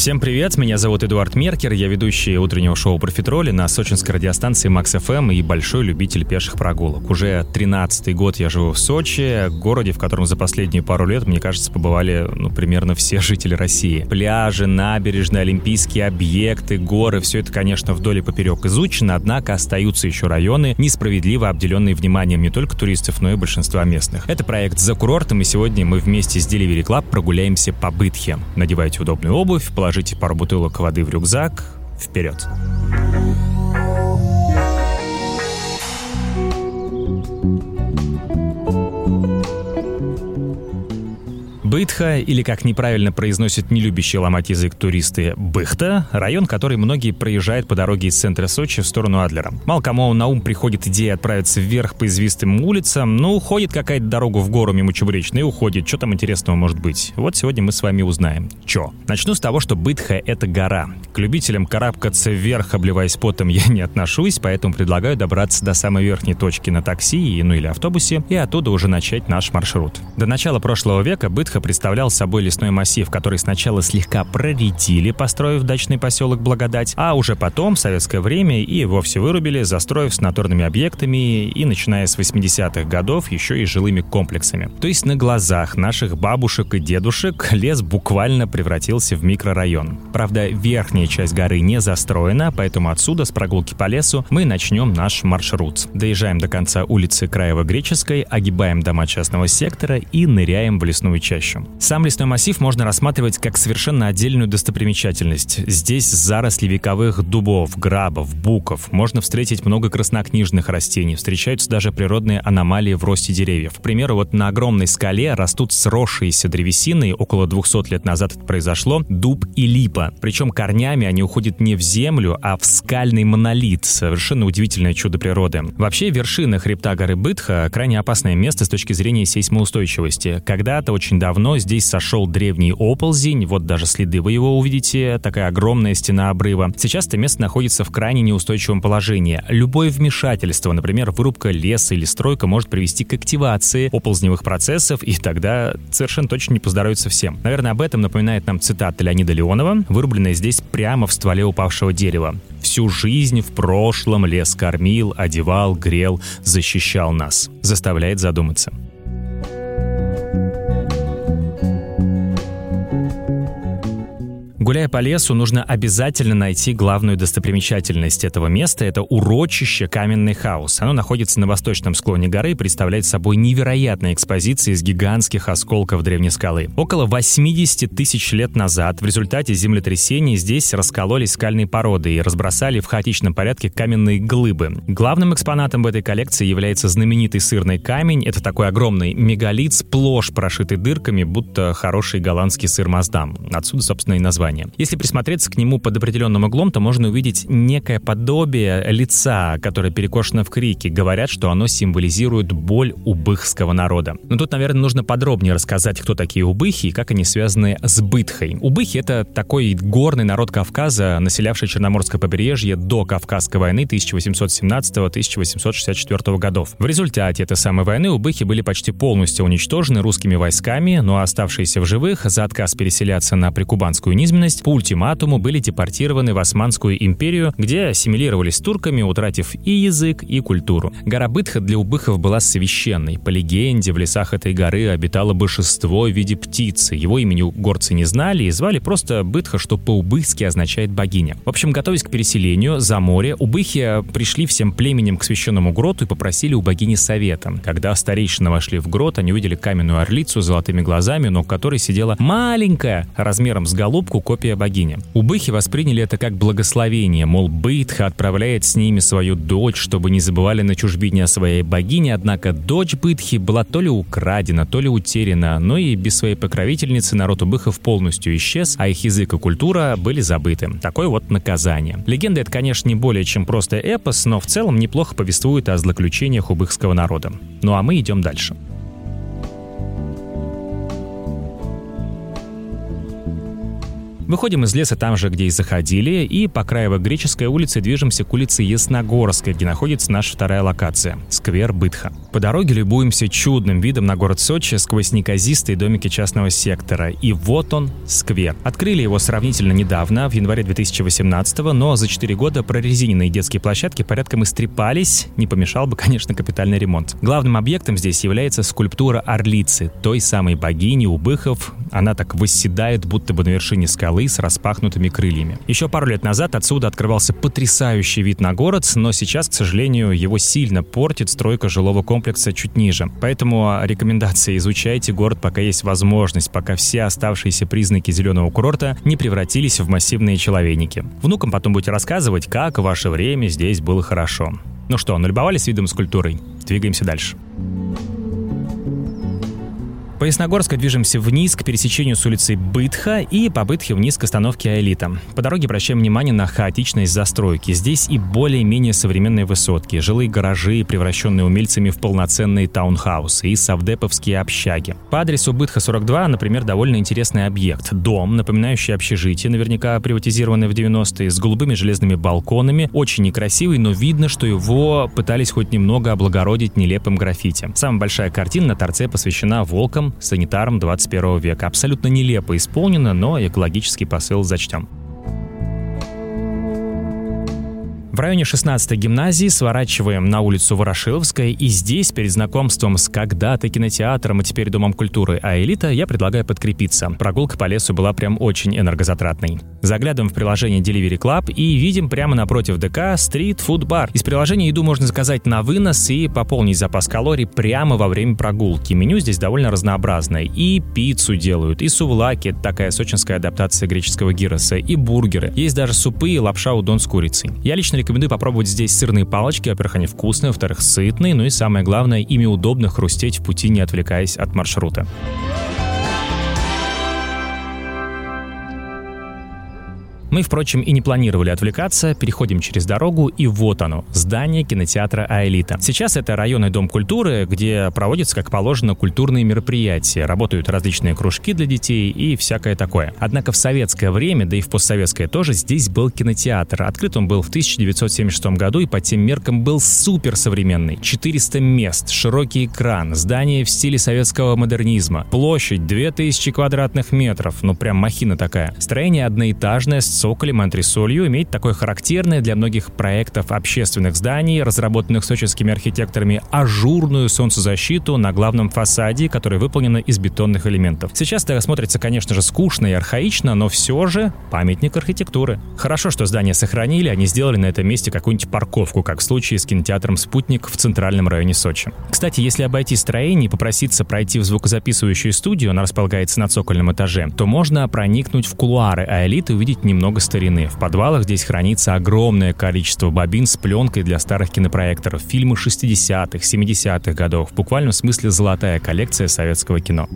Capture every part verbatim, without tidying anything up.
Всем привет, меня зовут Эдуард Меркер, я ведущий утреннего шоу «Профитроли» на сочинской радиостанции Макс эф эм и большой любитель пеших прогулок. Уже тринадцатый год я живу в Сочи, городе, в котором за последние пару лет, мне кажется, побывали ну, примерно все жители России. Пляжи, набережные, олимпийские объекты, горы — все это, конечно, вдоль и поперек изучено, однако остаются еще районы, несправедливо обделенные вниманием не только туристов, но и большинства местных. Это проект «За курортом», и сегодня мы вместе с Delivery Club прогуляемся по Бытхе. Надевайте удобную обувь, положите пару бутылок воды в рюкзак. Вперед! Бытха, или, как неправильно произносят нелюбящие ломать язык туристы, Быхта — район, который многие проезжают по дороге из центра Сочи в сторону Адлера. Мало кому на ум приходит идея отправиться вверх по извилистым улицам, но уходит какая-то дорога в гору мимо Чебуречной и уходит. Что там интересного может быть? Вот сегодня мы с вами узнаем. Чё? Начну с того, что Бытха — это гора. К любителям карабкаться вверх, обливаясь потом, я не отношусь, поэтому предлагаю добраться до самой верхней точки на такси, ну или автобусе, и оттуда уже начать наш маршрут. До начала прошлого века Бытха представлял собой лесной массив, который сначала слегка проредили, построив дачный поселок Благодать, а уже потом, в советское время, и вовсе вырубили, застроив санаторными объектами и, начиная с восьмидесятых годов, еще и жилыми комплексами. То есть на глазах наших бабушек и дедушек лес буквально превратился в микрорайон. Правда, верхняя часть горы не застроена, поэтому отсюда, с прогулки по лесу, мы начнем наш маршрут. Доезжаем до конца улицы Краево-Греческой, огибаем дома частного сектора и ныряем в лесную чащу. Сам лесной массив можно рассматривать как совершенно отдельную достопримечательность. Здесь заросли вековых дубов, грабов, буков. Можно встретить много краснокнижных растений. Встречаются даже природные аномалии в росте деревьев. К примеру, вот на огромной скале растут сросшиеся древесины. Около двухсот лет назад это произошло. Дуб и липа. Причем корнями они уходят не в землю, а в скальный монолит. Совершенно удивительное чудо природы. Вообще, вершина хребта горы Бытха — крайне опасное место с точки зрения сейсмоустойчивости. Когда-то очень давно Давно здесь сошел древний оползень, вот даже следы вы его увидите, такая огромная стена обрыва. Сейчас это место находится в крайне неустойчивом положении. Любое вмешательство, например, вырубка леса или стройка, может привести к активации оползневых процессов, и тогда совершенно точно не поздоровится всем. Наверное, об этом напоминает нам цитата Леонида Леонова, вырубленная здесь прямо в стволе упавшего дерева. «Всю жизнь в прошлом лес кормил, одевал, грел, защищал нас». Заставляет задуматься. Гуляя по лесу, нужно обязательно найти главную достопримечательность этого места. Это урочище Каменный хаус. Оно находится на восточном склоне горы и представляет собой невероятные экспозиции из гигантских осколков древней скалы. Около восемьдесят тысяч лет назад в результате землетрясений здесь раскололись скальные породы и разбросали в хаотичном порядке каменные глыбы. Главным экспонатом в этой коллекции является знаменитый сырный камень. Это такой огромный мегалит, сплошь прошитый дырками, будто хороший голландский сыр Маасдам. Отсюда, собственно, и название. Если присмотреться к нему под определенным углом, то можно увидеть некое подобие лица, которое перекошено в крике. Говорят, что оно символизирует боль убыхского народа. Но тут, наверное, нужно подробнее рассказать, кто такие убыхи и как они связаны с Бытхой. Убыхи — это такой горный народ Кавказа, населявший Черноморское побережье до Кавказской войны тысяча восемьсот семнадцатого — тысяча восемьсот шестьдесят четвёртого годов. В результате этой самой войны убыхи были почти полностью уничтожены русскими войсками, но оставшиеся в живых за отказ переселяться на прикубанскую низменность по ультиматуму были депортированы в Османскую империю, где ассимилировались с турками, утратив и язык, и культуру. Гора Бытха для убыхов была священной. По легенде, в лесах этой горы обитало божество в виде птицы. Его имени горцы не знали и звали просто Бытха, что по-убыхски означает богиня. В общем, готовясь к переселению за море, убыхи пришли всем племенем к священному гроту и попросили у богини совета. Когда старейшины вошли в грот, они увидели каменную орлицу с золотыми глазами, но в которой сидела маленькая, размером с голубку, копия богини. Убыхи восприняли это как благословение, мол, Бытха отправляет с ними свою дочь, чтобы не забывали на чужбине о своей богине, однако дочь Бытхи была то ли украдена, то ли утеряна, но и без своей покровительницы народ убыхов полностью исчез, а их язык и культура были забыты. Такое вот наказание. Легенда — это, конечно, не более чем просто эпос, но в целом неплохо повествует о злоключениях убыхского народа. Ну а мы идем дальше. Выходим из леса там же, где и заходили, и по Краево-Греческой улице движемся к улице Ясногорской, где находится наша вторая локация – сквер Бытха. По дороге любуемся чудным видом на город Сочи сквозь неказистые домики частного сектора. И вот он, сквер. Открыли его сравнительно недавно, в январе две тысячи восемнадцатого, но за четыре года прорезиненные детские площадки порядком истрепались, не помешал бы, конечно, капитальный ремонт. Главным объектом здесь является скульптура Орлицы, той самой богини у Быхов. Она так восседает, будто бы на вершине скалы, с распахнутыми крыльями. Еще пару лет назад отсюда открывался потрясающий вид на город, но сейчас, к сожалению, его сильно портит стройка жилого комплекса чуть ниже. Поэтому рекомендация: изучайте город, пока есть возможность, пока все оставшиеся признаки зеленого курорта не превратились в массивные человейники. Внукам потом будете рассказывать, как в ваше время здесь было хорошо. Ну что, налюбовались видом скульптурой? Двигаемся дальше. По Ясногорской движемся вниз к пересечению с улицей Бытха и по Бытхе вниз к остановке Аэлита. По дороге обращаем внимание на хаотичность застройки. Здесь и более-менее современные высотки, жилые гаражи, превращенные умельцами в полноценные таунхаусы, и совдеповские общаги. По адресу Бытха сорок два, например, довольно интересный объект. Дом, напоминающий общежитие, наверняка приватизированный в девяностые, с голубыми железными балконами, очень некрасивый, но видно, что его пытались хоть немного облагородить нелепым граффити. Самая большая картина на торце посвящена волкам, санитарам двадцать первого века. Абсолютно нелепо исполнено, но экологический посыл зачтем. В районе шестнадцатой гимназии сворачиваем на улицу Ворошиловская, и здесь, перед знакомством с когда-то кинотеатром, а теперь Домом культуры Аэлита, я предлагаю подкрепиться. Прогулка по лесу была прям очень энергозатратной. Заглядываем в приложение Delivery Club и видим прямо напротив ДК стрит-фуд-бар. Из приложения еду можно заказать на вынос и пополнить запас калорий прямо во время прогулки. Меню здесь довольно разнообразное. И пиццу делают, и сувлаки, такая сочинская адаптация греческого гироса, и бургеры. Есть даже супы и лапша удон с курицей. Я лично рекомендую попробовать здесь сырные палочки. Во-первых, они вкусные, во-вторых, сытные, ну и самое главное, ими удобно хрустеть в пути, не отвлекаясь от маршрута. Мы, впрочем, и не планировали отвлекаться, переходим через дорогу, и вот оно, здание кинотеатра Аэлита. Сейчас это районный дом культуры, где проводятся, как положено, культурные мероприятия, работают различные кружки для детей и всякое такое. Однако в советское время, да и в постсоветское тоже, здесь был кинотеатр. Открыт он был в тысяча девятьсот семьдесят шестом году и по тем меркам был суперсовременный. четыреста мест, широкий экран, здание в стиле советского модернизма, площадь две тысячи квадратных метров, ну прям махина такая. Строение одноэтажное, с цоколем, антресолью, имеет такое характерное для многих проектов общественных зданий, разработанных сочинскими архитекторами, ажурную солнцезащиту на главном фасаде, которая выполнена из бетонных элементов. Сейчас это смотрится, конечно же, скучно и архаично, но все же памятник архитектуры. Хорошо, что здание сохранили, они сделали на этом месте какую-нибудь парковку, как в случае с кинотеатром «Спутник» в центральном районе Сочи. Кстати, если обойти строение и попроситься пройти в звукозаписывающую студию, она располагается на цокольном этаже, то можно проникнуть в кулуары Аэлиты и увидеть немного старины. В подвалах здесь хранится огромное количество бобин с пленкой для старых кинопроекторов, фильмы шестидесятых, семидесятых годов, в буквальном смысле золотая коллекция советского кино.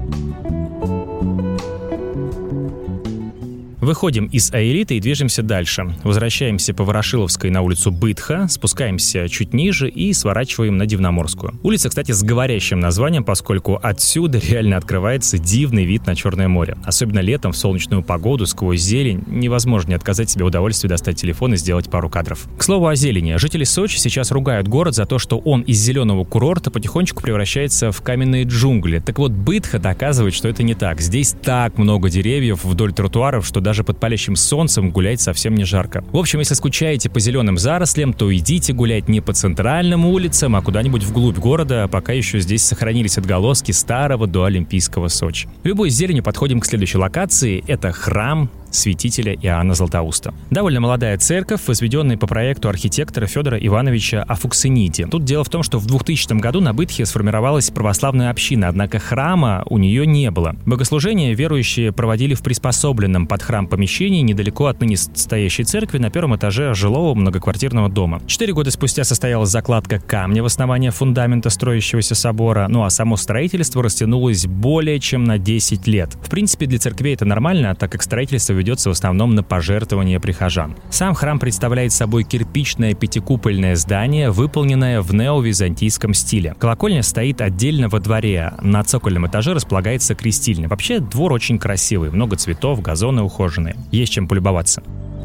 Выходим из Аэлиты и движемся дальше. Возвращаемся по Ворошиловской на улицу Бытха, спускаемся чуть ниже и сворачиваем на Дивноморскую. Улица, кстати, с говорящим названием, поскольку отсюда реально открывается дивный вид на Черное море. Особенно летом в солнечную погоду сквозь зелень невозможно не отказать себе в удовольствии достать телефон и сделать пару кадров. К слову о зелени. Жители Сочи сейчас ругают город за то, что он из зеленого курорта потихонечку превращается в каменные джунгли. Так вот, Бытха доказывает, что это не так. Здесь так много деревьев вдоль тротуаров, что даже Даже под палящим солнцем гулять совсем не жарко. В общем, если скучаете по зеленым зарослям, то идите гулять не по центральным улицам, а куда-нибудь вглубь города, пока еще здесь сохранились отголоски старого доолимпийского Сочи. Любой зеленью подходим к следующей локации. Это храм святителя Иоанна Златоуста. Довольно молодая церковь, возведенная по проекту архитектора Федора Ивановича Афуксениди. Тут дело в том, что в двухтысячном году на Бытхе сформировалась православная община, однако храма у нее не было. Богослужения верующие проводили в приспособленном под храм помещении недалеко от ныне стоящей церкви на первом этаже жилого многоквартирного дома. Четыре года спустя состоялась закладка камня в основании фундамента строящегося собора, ну а само строительство растянулось более чем на десять лет. В принципе, для церквей это нормально, так как строительство ведется в основном на пожертвования прихожан. Сам храм представляет собой кирпичное пятикупольное здание, выполненное в неовизантийском стиле. Колокольня стоит отдельно во дворе. На цокольном этаже располагается крестильня. Вообще двор очень красивый, много цветов, газоны ухоженные. Есть чем полюбоваться.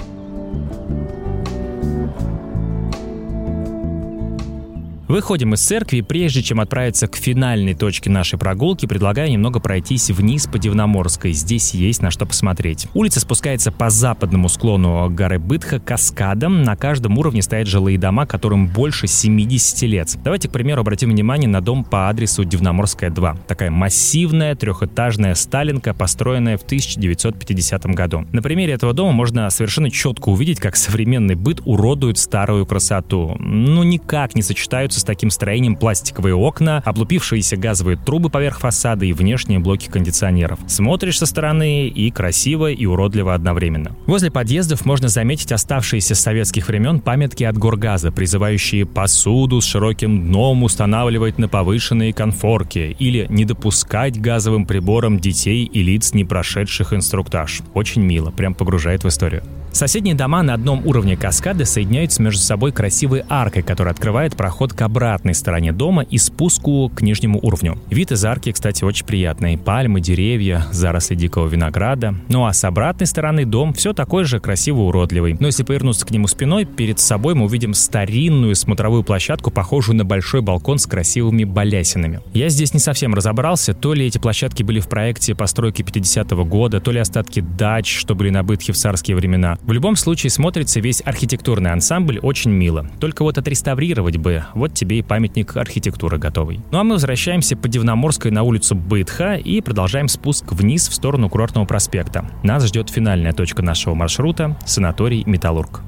Выходим из церкви, прежде чем отправиться к финальной точке нашей прогулки, предлагаю немного пройтись вниз по Дивноморской. Здесь есть на что посмотреть. Улица спускается по западному склону горы Бытха каскадом. На каждом уровне стоят жилые дома, которым больше семидесяти лет. Давайте, к примеру, обратим внимание на дом по адресу Дивноморская, два. Такая массивная трехэтажная сталинка, построенная в тысяча девятьсот пятидесятом году. На примере этого дома можно совершенно четко увидеть, как современный быт уродует старую красоту. Ну, никак не сочетаются с таким строением пластиковые окна, облупившиеся газовые трубы поверх фасада и внешние блоки кондиционеров. Смотришь со стороны и красиво, и уродливо одновременно. Возле подъездов можно заметить оставшиеся с советских времен памятки от Горгаза, призывающие посуду с широким дном устанавливать на повышенные конфорки или не допускать газовым приборам детей и лиц, не прошедших инструктаж. Очень мило, прям погружает в историю. Соседние дома на одном уровне каскады соединяются между собой красивой аркой, которая открывает проход к обратной стороне дома и спуску к нижнему уровню. Вид из арки, кстати, очень приятный. Пальмы, деревья, заросли дикого винограда. Ну а с обратной стороны дом все такой же красиво-уродливый. Но если повернуться к нему спиной, перед собой мы увидим старинную смотровую площадку, похожую на большой балкон с красивыми балясинами. Я здесь не совсем разобрался, то ли эти площадки были в проекте постройки пятидесятого года, то ли остатки дач, что были на Бытхе в царские времена. В любом случае смотрится весь архитектурный ансамбль очень мило. Только вот отреставрировать бы, вот тебе и памятник архитектуры готовый. Ну а мы возвращаемся по Дивноморской на улицу Бытха и продолжаем спуск вниз в сторону Курортного проспекта. Нас ждет финальная точка нашего маршрута – санаторий «Металлург».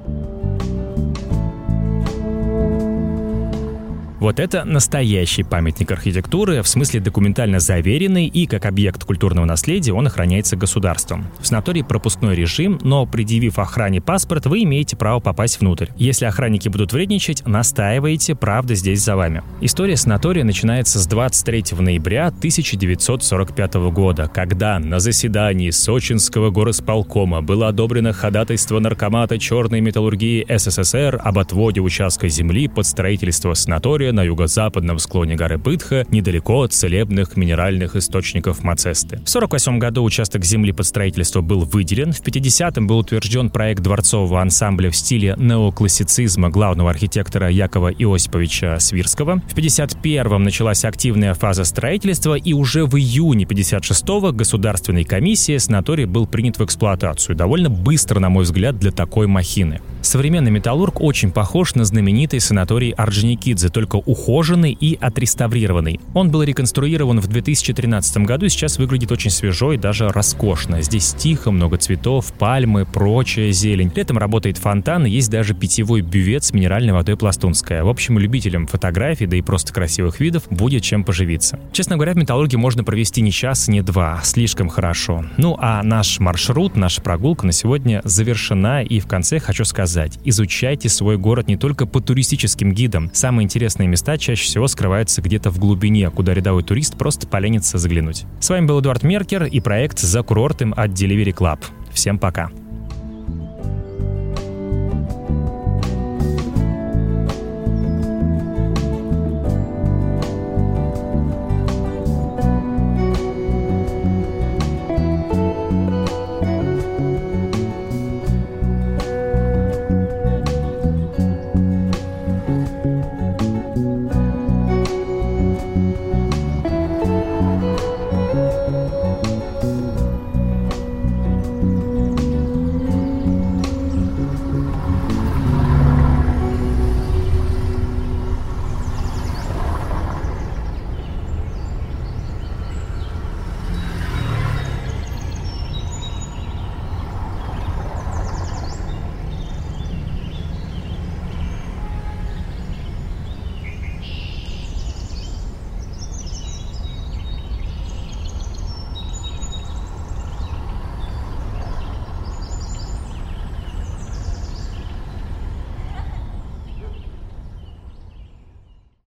Вот это настоящий памятник архитектуры, в смысле документально заверенный, и как объект культурного наследия он охраняется государством. В санатории пропускной режим, но предъявив охране паспорт, вы имеете право попасть внутрь. Если охранники будут вредничать, настаивайте, правда здесь за вами. История санатория начинается с двадцать третьего ноября тысяча девятьсот сорок пятого года, когда на заседании Сочинского горосполкома было одобрено ходатайство наркомата черной металлургии СССР об отводе участка земли под строительство санатория на юго-западном склоне горы Бытха, недалеко от целебных минеральных источников Мацесты. В сорок восьмом году участок земли под строительство был выделен, в пятидесятом был утвержден проект дворцового ансамбля в стиле неоклассицизма главного архитектора Якова Иосиповича Свирского. В пятьдесят первом началась активная фаза строительства, и уже в июне пятьдесят шестого государственной комиссией санаторий был принят в эксплуатацию. Довольно быстро, на мой взгляд, для такой махины. Современный Металлург очень похож на знаменитый санаторий Орджоникидзе, только ухоженный и отреставрированный. Он был реконструирован в две тысячи тринадцатом году и сейчас выглядит очень свежо и даже роскошно. Здесь тихо, много цветов, пальмы, прочая зелень. Летом работает фонтан и есть даже питьевой бювет с минеральной водой Пластунская. В общем, любителям фотографий, да и просто красивых видов будет чем поживиться. Честно говоря, в Металлурге можно провести не час, не два. Слишком хорошо. Ну а наш маршрут, наша прогулка на сегодня завершена, и в конце хочу сказать: изучайте свой город не только по туристическим гидам. Самые интересные места чаще всего скрываются где-то в глубине, куда рядовой турист просто поленится заглянуть. С вами был Эдуард Меркер и проект «За курортом» от Delivery Club. Всем пока!